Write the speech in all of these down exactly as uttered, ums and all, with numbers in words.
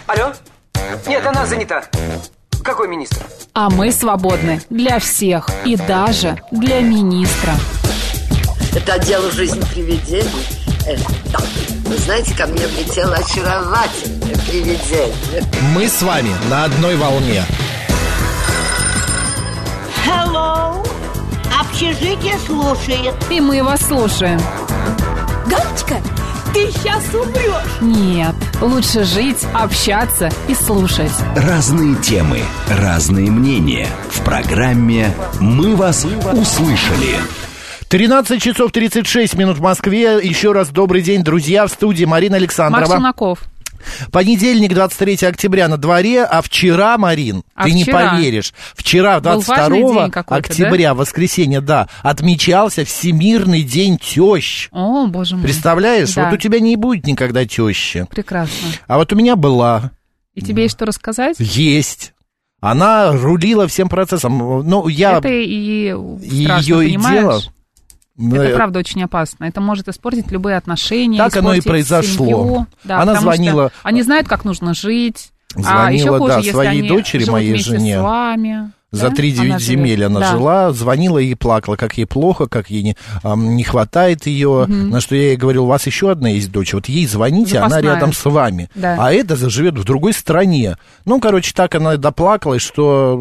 Алло? Нет, она занята. Какой министр? А мы свободны для всех и даже для министра. Это дело жизни привидений. Э, да. Вы знаете, ко мне влетело очаровательное привидение. Мы с вами на одной волне. Hello. Общежитие слушает. И мы вас слушаем. Галочка, ты сейчас умрешь. Нет, лучше жить, общаться и слушать. Разные темы, разные мнения. В программе «Мы вас услышали». тринадцать часов тридцать шесть минут в Москве. Еще раз добрый день, друзья. В студии Марина Александрова. Марк Челноков. Понедельник, двадцать третьего октября на дворе, а вчера, Марин, а ты вчера? не поверишь, вчера, двадцать второго октября, да? воскресенье, да, отмечался Всемирный день тещ. О, боже мой. Представляешь, да. вот у тебя не будет никогда тещи. Прекрасно. А вот у меня была. И тебе есть что рассказать? Есть. Она рулила всем процессом. Ну, я... Это и страшно, ее и дело. Это правда очень опасно. Это может испортить любые отношения. Так оно и произошло. Семью. Да, она звонила. Они знают, как нужно жить. Звонила, а еще хуже, да, если своей они дочери, живут моей вместе жене. С вами. За три девять она земель живет. она да. жила, звонила и плакала, как ей плохо, как ей не, а, не хватает ее. Угу. На что я ей говорил, у вас еще одна есть дочь, вот ей звоните, запасная. Она рядом с вами. Да. А эта живет в другой стране. Ну, короче, так она доплакалась, что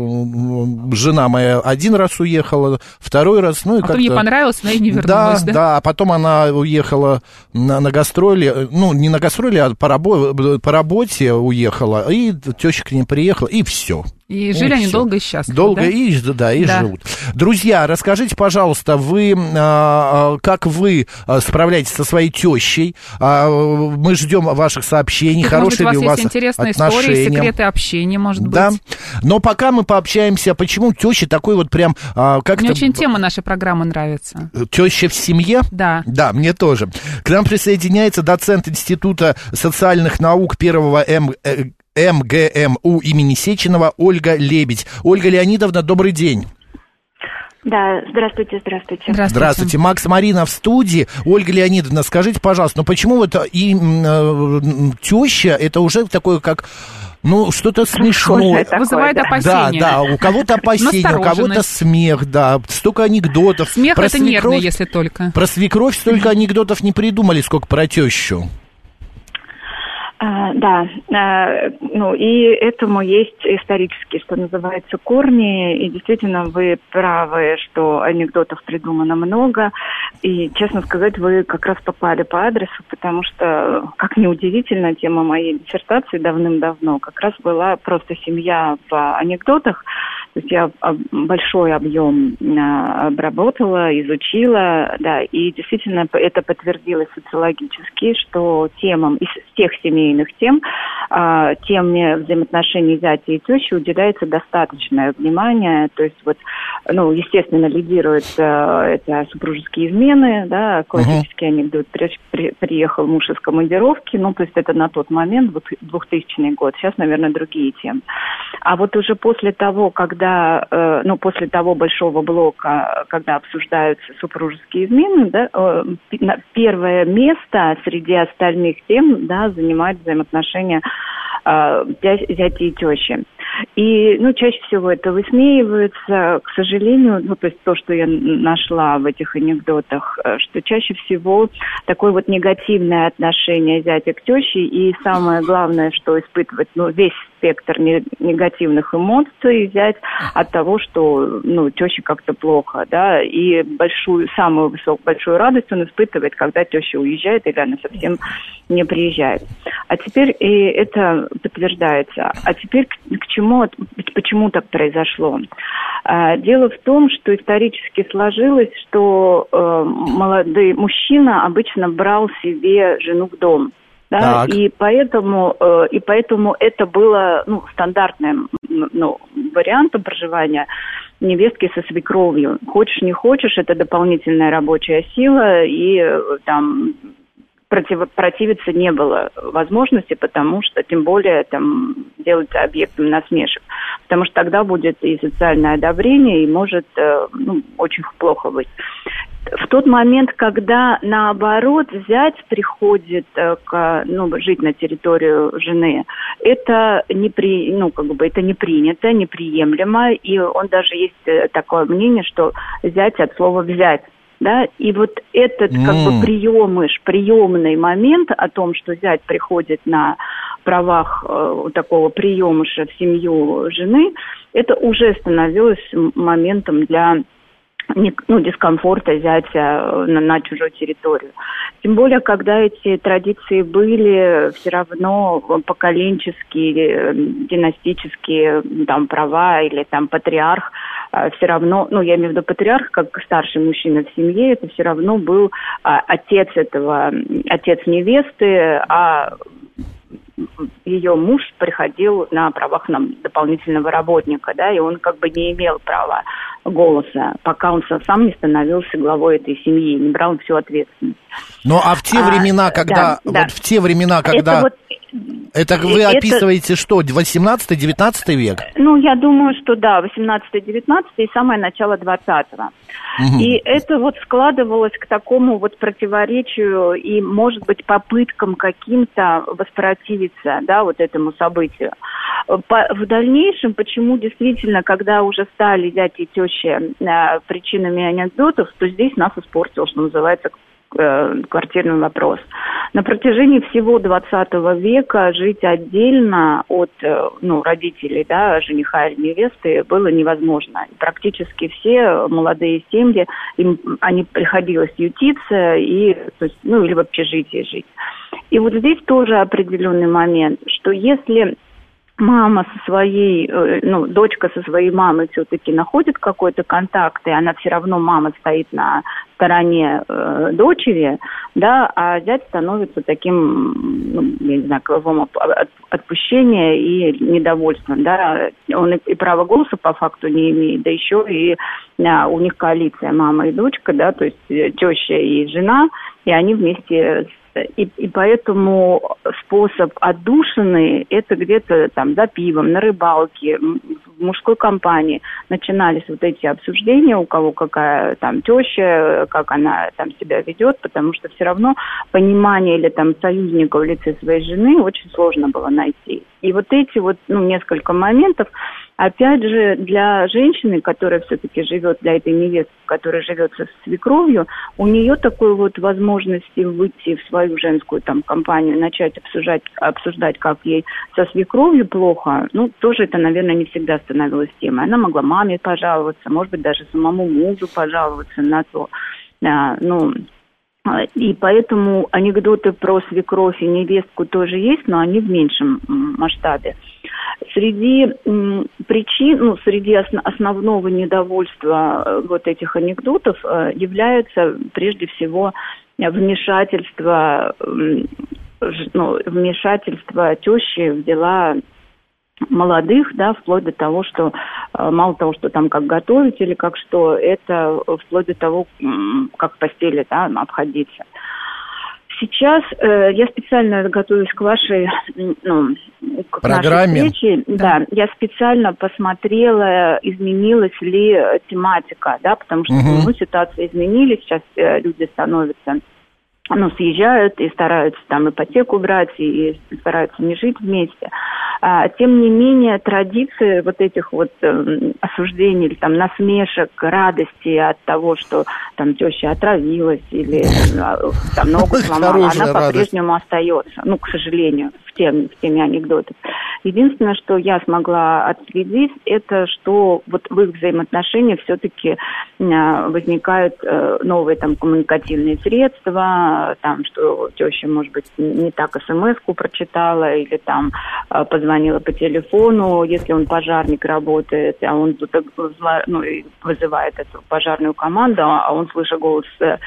жена моя один раз уехала, второй раз, ну и а как-то... потом ей понравилось, она и не вернулась, да? Да, да, а потом она уехала на, на гастроли, ну, не на гастроли, а по, рабо- по работе уехала, и теща к ней приехала, и все. И жили и они все. долго и счастливо, Долго да? и, да, и да. живут. Друзья, расскажите, пожалуйста, вы, а, как вы справляетесь со своей тещей? А, мы ждем ваших сообщений, так, хорошие может, ли у вас есть интересные отношения. Истории, секреты общения, может да. быть. Но пока мы пообщаемся, почему теща такой вот прям... А, как мне это... очень тема нашей программы нравится. Теща в семье? Да. Да, мне тоже. К нам присоединяется доцент Института социальных наук первого М... эм гэ эм у имени Сеченова Ольга Лебедь. Ольга Леонидовна, добрый день. Да, здравствуйте, здравствуйте. Здравствуйте. Здравствуйте. Макс, Марина в студии. Ольга Леонидовна, скажите, пожалуйста, ну почему вот и э, теща, это уже такое, как... Ну, что-то смешное. Такое, вызывает да. опасения. Да, да, у кого-то опасения, у кого-то смех, да, столько анекдотов. Смех про это свекровь, нервный, если только. Про свекровь столько анекдотов не придумали, сколько про тещу. А, да, а, ну и этому есть исторические, что называется, корни, и действительно вы правы, что анекдотов придумано много, и, честно сказать, вы как раз попали по адресу, потому что, как ни удивительно, тема моей диссертации давным-давно как раз была просто семья в анекдотах. То есть я большой объем обработала, изучила, да, и действительно это подтвердилось социологически, что темам из всех семейных тем, теме взаимоотношений зятя и тещи уделяется достаточное внимание. То есть вот, ну, естественно, лидирует это супружеские измены, да, классический uh-huh. анекдот. При, при, приехал муж из командировки, ну, то есть это на тот момент, вот двухтысячный год, сейчас, наверное, другие темы. А вот уже после того, когда, э, ну, после того большого блока, когда обсуждаются супружеские измены, да, э, первое место среди остальных тем, да, занимает взаимоотношения э, зятя и тещи. И, ну, чаще всего это высмеивается, к сожалению, ну, то есть то, что я нашла в этих анекдотах, что чаще всего такое вот негативное отношение зятя к теще, и самое главное, что испытывать, ну, весь спектр негативных эмоций взять от того, что, ну, теще как-то плохо, да, и большую, самую высокую, большую радость он испытывает, когда теща уезжает или она совсем не приезжает. А теперь и это подтверждается. А теперь к, к чему, почему так произошло? А, дело в том, что исторически сложилось, что э, молодой мужчина обычно брал себе жену в дом. Да, и поэтому, э, и поэтому это было, ну, стандартным, ну, вариантом проживания невестки со свекровью. Хочешь, не хочешь, это дополнительная рабочая сила, и э, там против, противиться не было возможности, потому что, тем более, там, делаться объектом насмешек. Потому что тогда будет и социальное одобрение, и может, э, ну, очень плохо быть. в тот момент, когда, наоборот, зять приходит к, ну, жить на территорию жены, это не, при, ну, как бы, это не принято, неприемлемо, и он даже есть такое мнение, что зять от слова «взять». Да, и вот этот mm. как бы приемыш, приемный момент о том, что зять приходит на правах э, такого приемыша в семью жены, это уже становилось моментом для ну, дискомфорта зятя на, на чужой территорию. Тем более, когда эти традиции были все равно поколенческие, династические там, права или там патриарх, все равно, ну, я имею в виду патриарх, как старший мужчина в семье, это все равно был а, отец этого, отец невесты, а ее муж приходил на правах нам, дополнительного работника, да, и он как бы не имел права голоса, пока он сам не становился главой этой семьи, не брал всю ответственность. Ну, а в те времена, а, когда, да, вот да. в те времена, когда... Это, вот, это вы это... описываете что, восемнадцатый-девятнадцатый век? Ну, я думаю, что да, восемнадцатый-девятнадцатый и самое начало двадцатого. Угу. И это вот складывалось к такому вот противоречию и, может быть, попыткам каким-то воспротивиться, да, вот этому событию. По, в дальнейшем, почему действительно, когда уже стали зять и теща э, причинами анекдотов, то здесь нас испортил, что называется, квартирный вопрос. На протяжении всего двадцатого века жить отдельно от ну, родителей, да, жениха или невесты было невозможно. Практически все молодые семьи, им они приходилось ютиться и, то есть, ну, или в общежитии жить. И вот здесь тоже определенный момент, что если мама со своей, ну, дочка со своей мамой все-таки находит какой-то контакт, и она все равно, мама стоит на стороне э, дочери, да, а зять становится таким, ну, я не знаю, кругом отпущения и недовольством, да. Он и, и права голоса по факту не имеет, да еще и а, у них коалиция мама и дочка, да, то есть теща и жена, и они вместе И, и поэтому способ отдушины – это где-то там за пивом, на рыбалке, в мужской компании начинались вот эти обсуждения, у кого какая там теща, как она там себя ведет, потому что все равно понимание или там союзника в лице своей жены очень сложно было найти. И вот эти вот, ну, несколько моментов, опять же, для женщины, которая все-таки живет, для этой невесты, которая живет со свекровью, у нее такой вот возможности выйти в свою женскую там компанию, начать обсуждать, обсуждать, как ей со свекровью плохо, ну, тоже это, наверное, не всегда становилось темой. Она могла маме пожаловаться, может быть, даже самому мужу пожаловаться на то, а, ну... И поэтому анекдоты про свекровь и невестку тоже есть, но они в меньшем масштабе. Среди м, причин, ну, среди осно- основного недовольства вот этих анекдотов э, является прежде всего вмешательство, э, ну, вмешательство тещи в дела молодых, да, вплоть до того, что э, мало того, что там как готовить или как что, это вплоть до того, как в постели, да, обходиться. Сейчас э, я специально готовюсь к вашей, ну, к программе. Нашей встрече. Да. Да, я специально посмотрела, изменилась ли тематика, да, потому что угу. ну, ситуации изменились, сейчас э, люди становятся, ну, съезжают и стараются там ипотеку брать, и стараются не жить вместе. А, тем не менее, традиции вот этих вот э, осуждений или там насмешек, радости от того, что там теща отравилась или э, там ногу сломала, она по-прежнему остается, ну, к сожалению, в теме, в теме анекдотов. Единственное, что я смогла отследить, это что вот в их взаимоотношениях все-таки э, возникают э, новые там коммуникативные средства, там, что теща, может быть, не так смс-ку прочитала или там э, позвонила по телефону, если он пожарник работает, а он тут, ну, вызывает эту пожарную команду, а он, слыша голос э,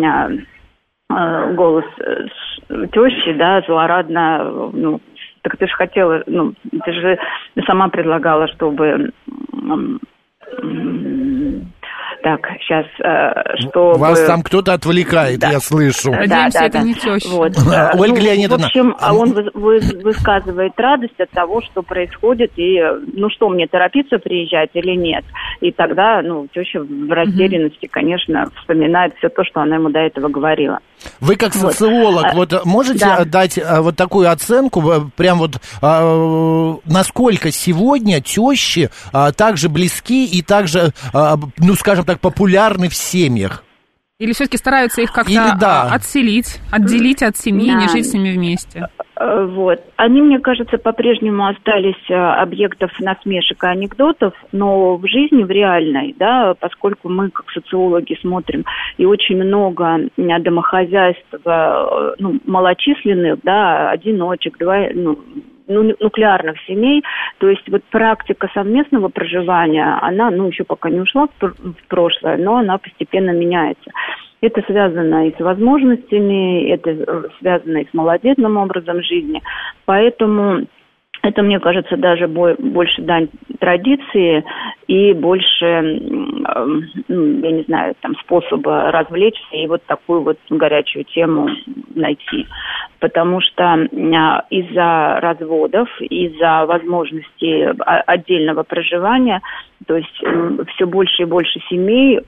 э, голос тещи, да, злорадно, ну, так ты же хотела, ну, ты же сама предлагала, чтобы, Так, сейчас, что... Вас там кто-то отвлекает, да. Я слышу. Надеемся, да, это да, не теща. Вот. Ольга ну, Леонидовна... В общем, а он вы, вы, высказывает радость от того, что происходит, и ну что, мне торопиться приезжать или нет? И тогда, ну, теща в растерянности, mm-hmm. конечно, вспоминает все то, что она ему до этого говорила. Вы как социолог, вот, вот можете да. дать вот такую оценку, прям вот насколько сегодня тещи также близки и также, ну, скажем так, популярны в семьях? Или все-таки стараются их как-то Или, да. отселить, отделить от семьи, да. не жить с ними вместе? Вот. Они, мне кажется, по-прежнему остались объектов насмешек и анекдотов, но в жизни, в реальной, да, поскольку мы, как социологи, смотрим, и очень много домохозяйств, ну, малочисленных, да, одиночек, два, ну, ну, нуклеарных семей, то есть вот практика совместного проживания, она, ну, еще пока не ушла в прошлое, но она постепенно меняется. Это связано и с возможностями, это связано и с малодетным образом жизни, поэтому это, мне кажется, даже больше дань традиции и больше, ну, я не знаю, там, способа развлечься и вот такую вот горячую тему найти. Потому что из-за разводов, из-за возможности отдельного проживания, то есть все больше и больше семей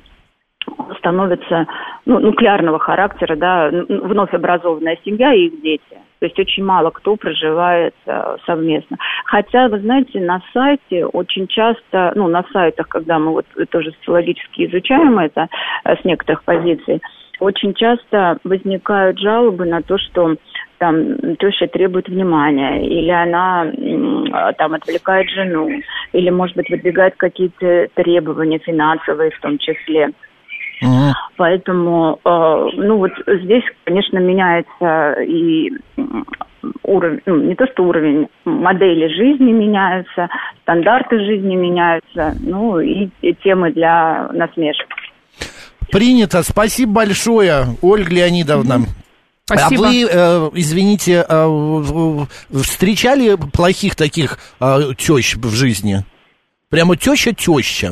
становится, ну, нуклеарного характера, да, вновь образованная семья и их дети. То есть очень мало кто проживает а, совместно. Хотя, вы знаете, на сайте очень часто, ну, на сайтах, когда мы вот тоже социологически изучаем это а, с некоторых позиций, очень часто возникают жалобы на то, что там теща требует внимания, или она там отвлекает жену, или, может быть, выдвигает какие-то требования финансовые в том числе. Uh-huh. Поэтому, э, ну вот здесь, конечно, меняется и уровень, ну не то что уровень, модели жизни меняются, стандарты жизни меняются, ну и, и темы для насмешек. Принято. Спасибо большое, Ольга Леонидовна. Спасибо. А вы, э, извините, э, встречали плохих таких э, тещ в жизни? Прямо теща-теща?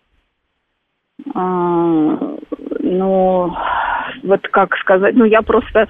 А, ну, вот как сказать, ну, я просто,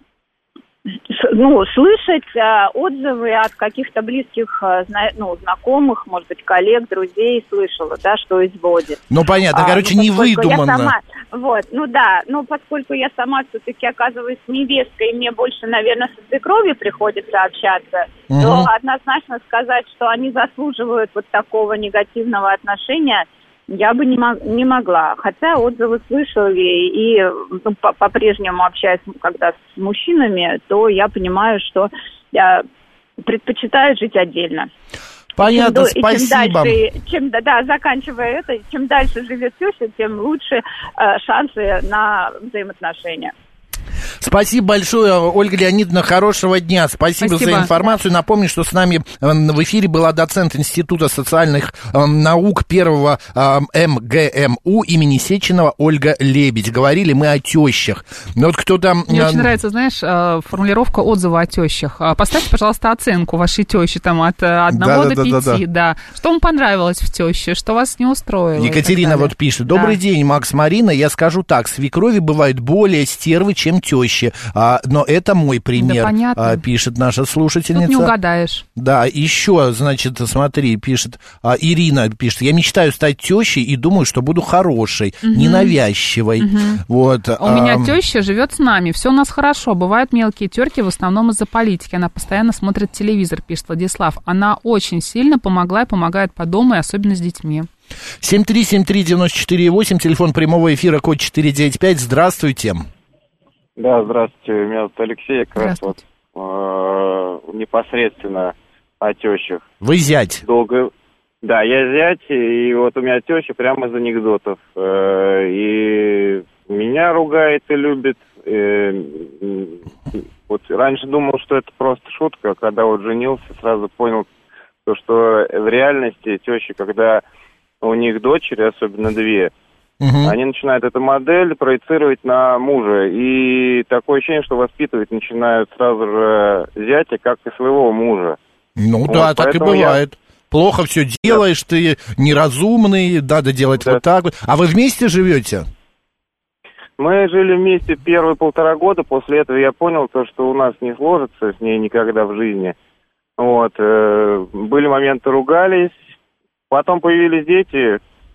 ну, слышать а, отзывы от каких-то близких, а, зна, ну, знакомых, может быть, коллег, друзей слышала, да, что изводит. Ну, понятно, короче, а, ну, не выдуманно. Я сама, вот, ну да, ну, поскольку я сама все-таки оказываюсь невесткой, и мне больше, наверное, со свекровью приходится общаться, угу. то однозначно сказать, что они заслуживают вот такого негативного отношения, я бы не, мог, не могла. Хотя отзывы слышали, и ну, по- по-прежнему общаясь когда с мужчинами, то я понимаю, что я предпочитаю жить отдельно. Понятно, чем, спасибо. Чем дальше, чем, да, заканчивая это, чем дальше живет теща, тем лучше э, шансы на взаимоотношения. Спасибо большое, Ольга Леонидовна, хорошего дня. Спасибо, Спасибо за информацию. Напомню, что с нами в эфире была доцент Института социальных наук первого эм гэ эм у имени Сеченова Ольга Лебедь. Говорили мы о тещах. Вот кто-то... Мне очень нравится, знаешь, формулировка отзыва о тещах. Поставьте, пожалуйста, оценку вашей тещи там от одного до пяти. Да. Что вам понравилось в теще, что вас не устроило? Екатерина вот пишет. Добрый да. день, Макс, Марина. Я скажу так, свекрови бывают более стервы, чем тещи. А, но это мой пример, да, а, пишет наша слушательница. Тут не угадаешь. Да, еще, значит, смотри, пишет а, Ирина, пишет, я мечтаю стать тещей и думаю, что буду хорошей, угу. ненавязчивой. Угу. Вот, у а... меня теща живет с нами, все у нас хорошо, бывают мелкие терки, в основном из-за политики, она постоянно смотрит телевизор, пишет Владислав. Она очень сильно помогла и помогает по дому, и особенно с детьми. семь три семь три девять четыре восемь, телефон прямого эфира, код четыреста девяносто пять, здравствуйте. Да, здравствуйте, меня зовут Алексей, как раз вот э, непосредственно о тещах. Вы зять? Долго, да, я зять, и вот у меня теща прямо из анекдотов, э, и меня ругает и любит, э, вот раньше думал, что это просто шутка, когда вот женился, сразу понял, то, что в реальности теща, когда у них дочери, особенно две, Uh-huh. они начинают эту модель проецировать на мужа. И такое ощущение, что воспитывать начинают сразу же зятя, как и своего мужа. Ну вот, да, так и бывает. плохо все делаешь, ты неразумный, надо делать да. вот так вот. А вы вместе живете? Мы жили вместе первые полтора года, после этого я понял, то, что у нас не сложится с ней никогда в жизни. Вот, э, были моменты, ругались, потом появились дети,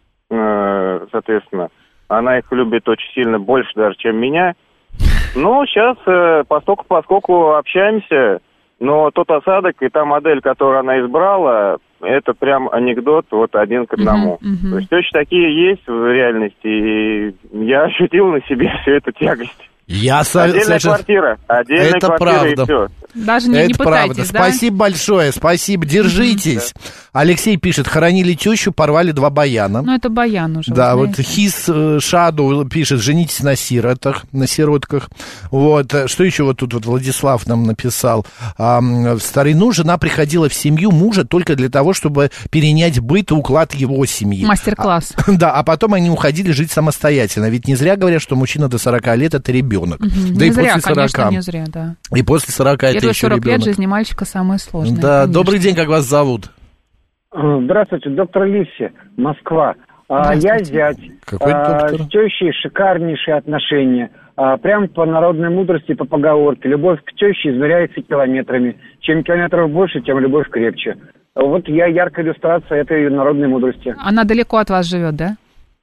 э, соответственно, она их любит очень сильно, больше даже, чем меня. Ну, сейчас, э, поскольку, поскольку общаемся, но тот осадок и та модель, которую она избрала, это прям анекдот вот один к одному. Uh-huh, uh-huh. То есть точно такие есть в реальности, и я ощутил на себе всю эту тягость. Я Отдельная совершенно... квартира, отдельная это квартира правда. И все. Даже не, это не пытайтесь, правда. да? Спасибо большое, спасибо, держитесь. Да. Алексей пишет, хоронили тещу, порвали два баяна. Ну, это баян уже. Да, вот Хис Шаду пишет, женитесь на сиротах, на сиротках. Вот, что еще вот тут вот Владислав нам написал. А, в старину жена приходила в семью мужа только для того, чтобы перенять быт и уклад его семьи. Мастер-класс. А, да, а потом они уходили жить самостоятельно. Ведь не зря говорят, что мужчина до сорока лет это ребенок. Угу. Да не и зря, после сорока. конечно, не зря, да. И после сорока это еще сорок ребенок. лет жизни мальчика самое сложное. Да, конечно. Добрый день, как вас зовут? Здравствуйте, доктор Ливси, Москва. Я зять. Какой доктор? С тещей шикарнейшие отношения. Прямо по народной мудрости, по поговорке. Любовь к теще измеряется километрами. Чем километров больше, тем любовь крепче. Вот я яркая иллюстрация этой народной мудрости. Она далеко от вас живет, да?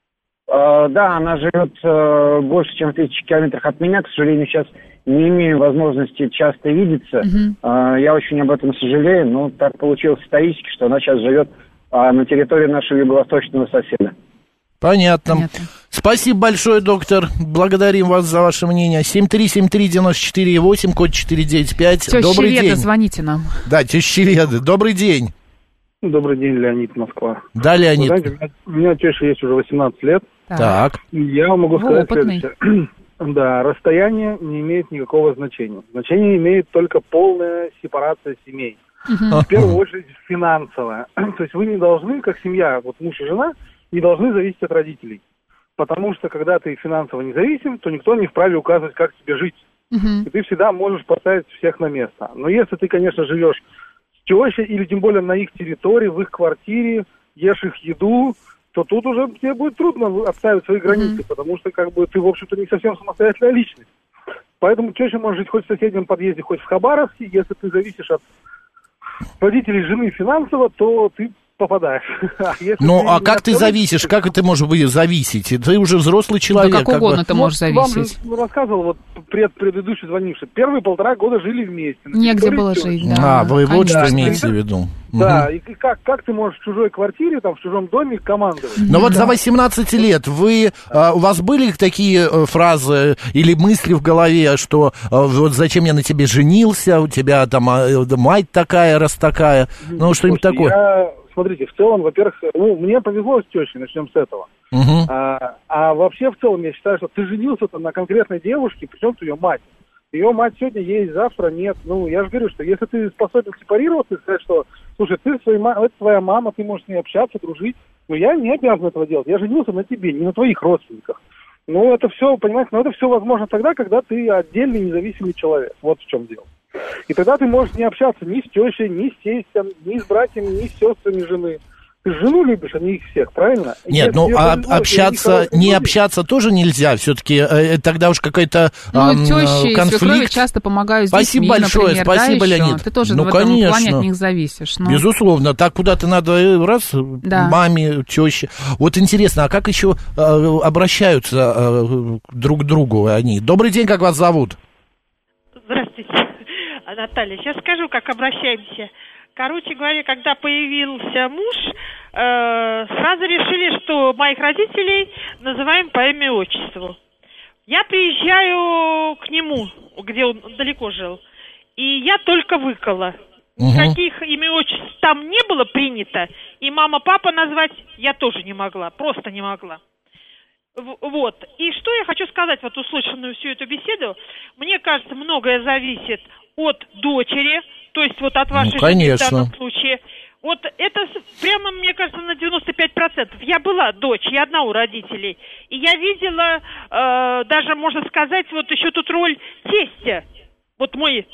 Да, она живет больше, чем в тысячи километрах от меня. К сожалению, сейчас не имею возможности часто видеться. Uh-huh. Я очень об этом сожалею, но так получилось исторически, что она сейчас живет на территории нашего юго-восточного соседа. Понятно. Понятно. Спасибо большое, доктор. Благодарим вас за ваше мнение. семь три семь три девять четыре восемь, код четыре девять пять. Добрый Леда, день. звоните нам. Да, теща Леда. Добрый день. Добрый день, Леонид, Москва. Да, Леонид. Вы знаете, у меня, у меня теща есть уже восемнадцать лет. Так. так. Я могу Вы сказать опытный. следующее. Да, расстояние не имеет никакого значения. Значение имеет только полная сепарация семей. Угу. В первую очередь финансовая. То есть вы не должны, как семья, вот муж и жена, не должны зависеть от родителей. Потому что когда ты финансово независим, то никто не вправе указывать, как тебе жить. Угу. И ты всегда можешь поставить всех на место. Но если ты, конечно, живешь с тещей или тем более на их территории, в их квартире, ешь их еду, то тут уже тебе будет трудно отставить свои границы, mm-hmm. потому что как бы ты, в общем-то, не совсем самостоятельная личность. Поэтому теща может жить хоть в соседнем подъезде, хоть в Хабаровске. Если ты зависишь от родителей жены финансово, то ты попадаешь. А ну, а как ты зависишь? Как ты можешь быть зависеть? Ты уже взрослый человек. Да как угодно бы. Ты можешь вот зависеть. Вам рассказывал вот пред, предыдущий звонивший. Первые полтора года жили вместе. Негде было тещи. жить, да. А, вы вот что да, имеете в виду. Да, угу. и как, как ты можешь в чужой квартире, там, в чужом доме командовать? Но да. вот за восемнадцать лет вы, у вас были такие фразы или мысли в голове, что вот зачем я на тебе женился, у тебя там мать такая, раз такая, ну что-нибудь такое? Я, смотрите, в целом, во-первых, ну, мне повезло с тещей, начнем с этого. Угу. А, а вообще, в целом, я считаю, что ты женился там на конкретной девушке, причем ты ее мать. Ее мать сегодня есть, завтра нет. Ну, я же говорю, что если ты способен сепарироваться и сказать, что, слушай, ты своей мама, это твоя мама, ты можешь с ней общаться, дружить, но я не обязан этого делать. Я женился на тебе, не на твоих родственниках. Ну, это все, понимаете, но это все возможно тогда, когда ты отдельный независимый человек. Вот в чем дело. И тогда ты можешь не общаться ни с тещей, ни с тестем, ни с братьями, ни с сестрами жены. Ты жену любишь, а не их всех, правильно? Нет, если ну а, повезло, общаться, не люди, общаться тоже нельзя, все-таки э, тогда уж какой-то ну, э, тещи конфликт. и свекрови часто помогают с Спасибо детьми, большое, например, спасибо, да, Леонид. еще? Ты тоже ну, в этом конечно. плане от них зависишь. Но... Безусловно, так куда-то надо раз, да. маме, теще. Вот интересно, а как еще э, обращаются э, друг к другу они? Добрый день, как вас зовут? Здравствуйте, Наталья. Сейчас скажу, как обращаемся. Короче говоря, когда появился муж, э, сразу решили, что моих родителей называем по имени-отчеству. Я приезжаю к нему, где он далеко жил, и я только выкола. Угу. Никаких имя-отчеств там не было принято, и мама-папа назвать я тоже не могла, просто не могла. Вот. И что я хочу сказать, вот услышанную всю эту беседу, мне кажется, многое зависит от дочери, то есть вот от вашей ну, жены в данном случае. Вот это прямо, мне кажется, на девяносто пять процентов. Я была дочь, я одна у родителей. И я видела, э, даже, можно сказать, вот еще тут роль тестя. Вот мой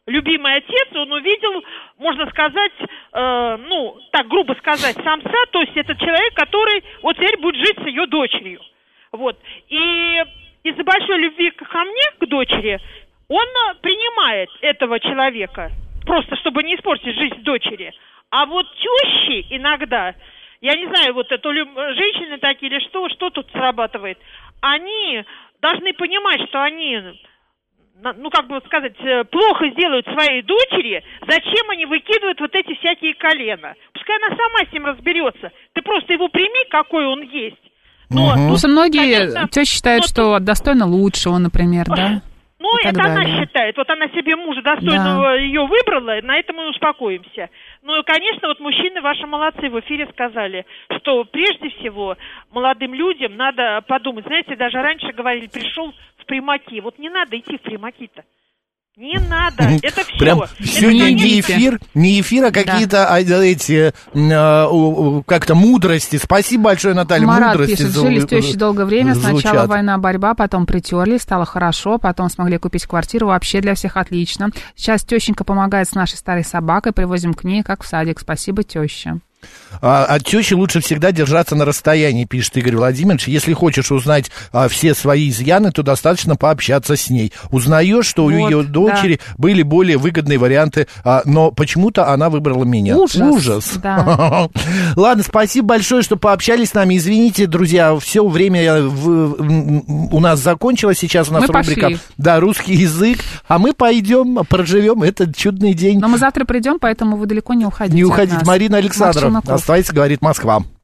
любимый отец, он увидел, можно сказать, э, ну, так грубо сказать, самца, то есть это человек, который вот теперь будет жить с ее дочерью. Вот. И из-за большой любви ко мне, к дочери, он принимает этого человека, просто чтобы не испортить жизнь дочери. А вот тещи иногда, я не знаю, вот это ли женщины такие или что, что тут срабатывает, они должны понимать, что они... ну, как бы сказать, плохо сделают своей дочери, зачем они выкидывают вот эти всякие колена? Пускай она сама с ним разберется. Ты просто его прими, какой он есть. Но, угу. Тут, многие конечно, тещи считают, что тут... достойно лучшего, например, да? Ну, это далее. Она считает. Вот она себе мужа достойного, да, ее выбрала, на этом мы успокоимся. Ну, и, конечно, вот мужчины ваши молодцы, в эфире сказали, что прежде всего молодым людям надо подумать. Знаете, даже раньше говорили, пришел в примаки. Вот не надо идти в примаки-то. Не надо, это все. Прям сегодня не эфир, не эфир, а какие-то да. эти, э, как-то мудрости. Спасибо большое, Наталья, Марат мудрости. Пишет, жили с тещей долгое время, звучат. Сначала война, борьба, потом притерлись, стало хорошо, потом смогли купить квартиру, вообще для всех отлично. Сейчас тещенька помогает с нашей старой собакой, привозим к ней, как в садик. Спасибо, теща. А, от тещи лучше всегда держаться на расстоянии, пишет Игорь Владимирович. Если хочешь узнать а, все свои изъяны, то достаточно пообщаться с ней. Узнаешь, что вот, у ее дочери да. были более выгодные варианты, а, но почему-то она выбрала меня. Ужас. Ужас. Да. Ладно, спасибо большое, что пообщались с нами. Извините, друзья, все время в, у нас закончилось. Сейчас у нас мы рубрика пошли. Да, русский язык. А мы пойдем, проживем этот чудный день. Но мы завтра придем, поэтому вы далеко не уходите. Не уходите. Марина Александровна. Оставайтесь, говорит Москва.